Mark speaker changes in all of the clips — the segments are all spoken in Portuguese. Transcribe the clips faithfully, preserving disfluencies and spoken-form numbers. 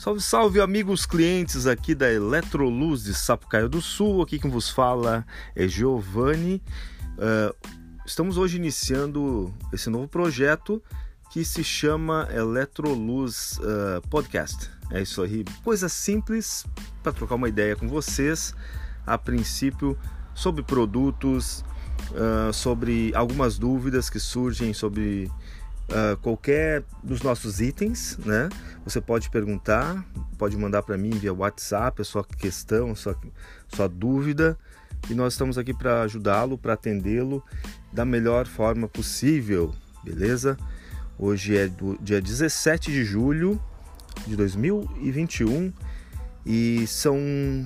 Speaker 1: Salve, salve, amigos clientes aqui da Eletroluz de Sapucaia do Sul. Aqui quem vos fala é Giovanni. Uh, estamos hoje iniciando esse novo projeto que se chama Eletroluz uh, Podcast. É isso aí, coisa simples para trocar uma ideia com vocês, a princípio, sobre produtos, uh, sobre algumas dúvidas que surgem sobre Uh, qualquer dos nossos itens, né? Você pode perguntar, pode mandar para mim via WhatsApp a sua questão, a sua, sua dúvida, e nós estamos aqui para ajudá-lo, para atendê-lo da melhor forma possível, beleza? Hoje é do dia dezessete de julho de dois mil e vinte e um e são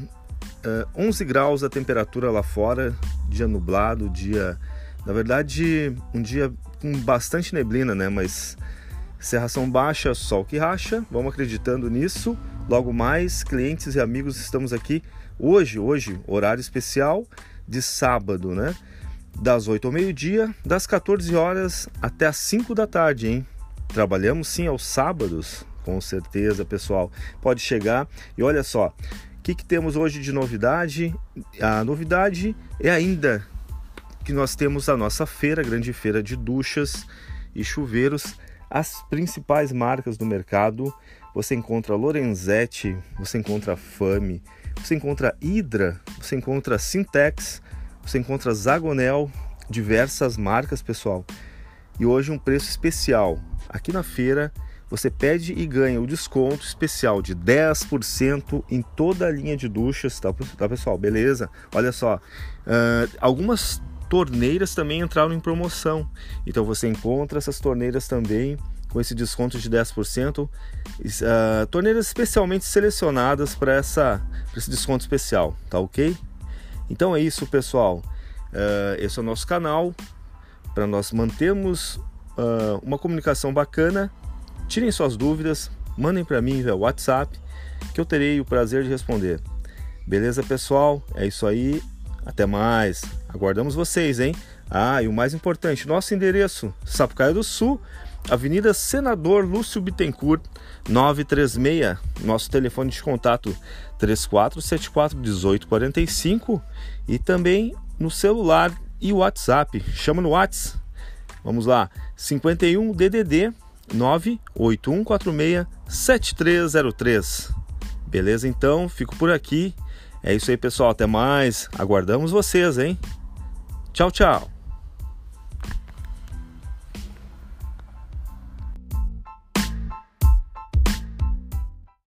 Speaker 1: uh, onze graus a temperatura lá fora, dia nublado, dia, na verdade, um dia com bastante neblina, né? Mas cerração baixa, sol que racha, vamos acreditando nisso. Logo mais, clientes e amigos, estamos aqui hoje, hoje, horário especial de sábado, né? Das oito ao meio-dia, das quatorze horas até as cinco da tarde, hein? Trabalhamos sim aos sábados, com certeza, pessoal. Pode chegar e olha só, o que, que temos hoje de novidade? A novidade é ainda que nós temos a nossa feira, a grande feira de duchas e chuveiros, as principais marcas do mercado. Você encontra Lorenzetti, você encontra Fame, você encontra Hydra, você encontra Sintex, você encontra Zagonel, diversas marcas, pessoal. E hoje um preço especial. Aqui na feira você pede e ganha o desconto especial de dez por cento em toda a linha de duchas, tá, tá pessoal? Beleza? Olha só, uh, algumas torneiras também entraram em promoção, então você encontra essas torneiras também com esse desconto de dez por cento, uh, torneiras especialmente selecionadas para essa para esse desconto especial, tá ok? Então é isso, pessoal, uh, esse é o nosso canal para nós mantermos uh, uma comunicação bacana. Tirem suas dúvidas, mandem para mim via WhatsApp que eu terei o prazer de responder. Beleza, pessoal? É isso aí. Até mais, aguardamos vocês, hein? Ah, e o mais importante, nosso endereço, Sapucaia do Sul, Avenida Senador Lúcio Bittencourt, nove três seis, nosso telefone de contato três quatro sete quatro, um oito quatro cinco e também no celular e WhatsApp, chama no WhatsApp, vamos lá, cinquenta e um D D D nove oito um quatro seis sete três zero três. Beleza, então, fico por aqui. É isso aí, pessoal, até mais, aguardamos vocês, hein? Tchau, tchau!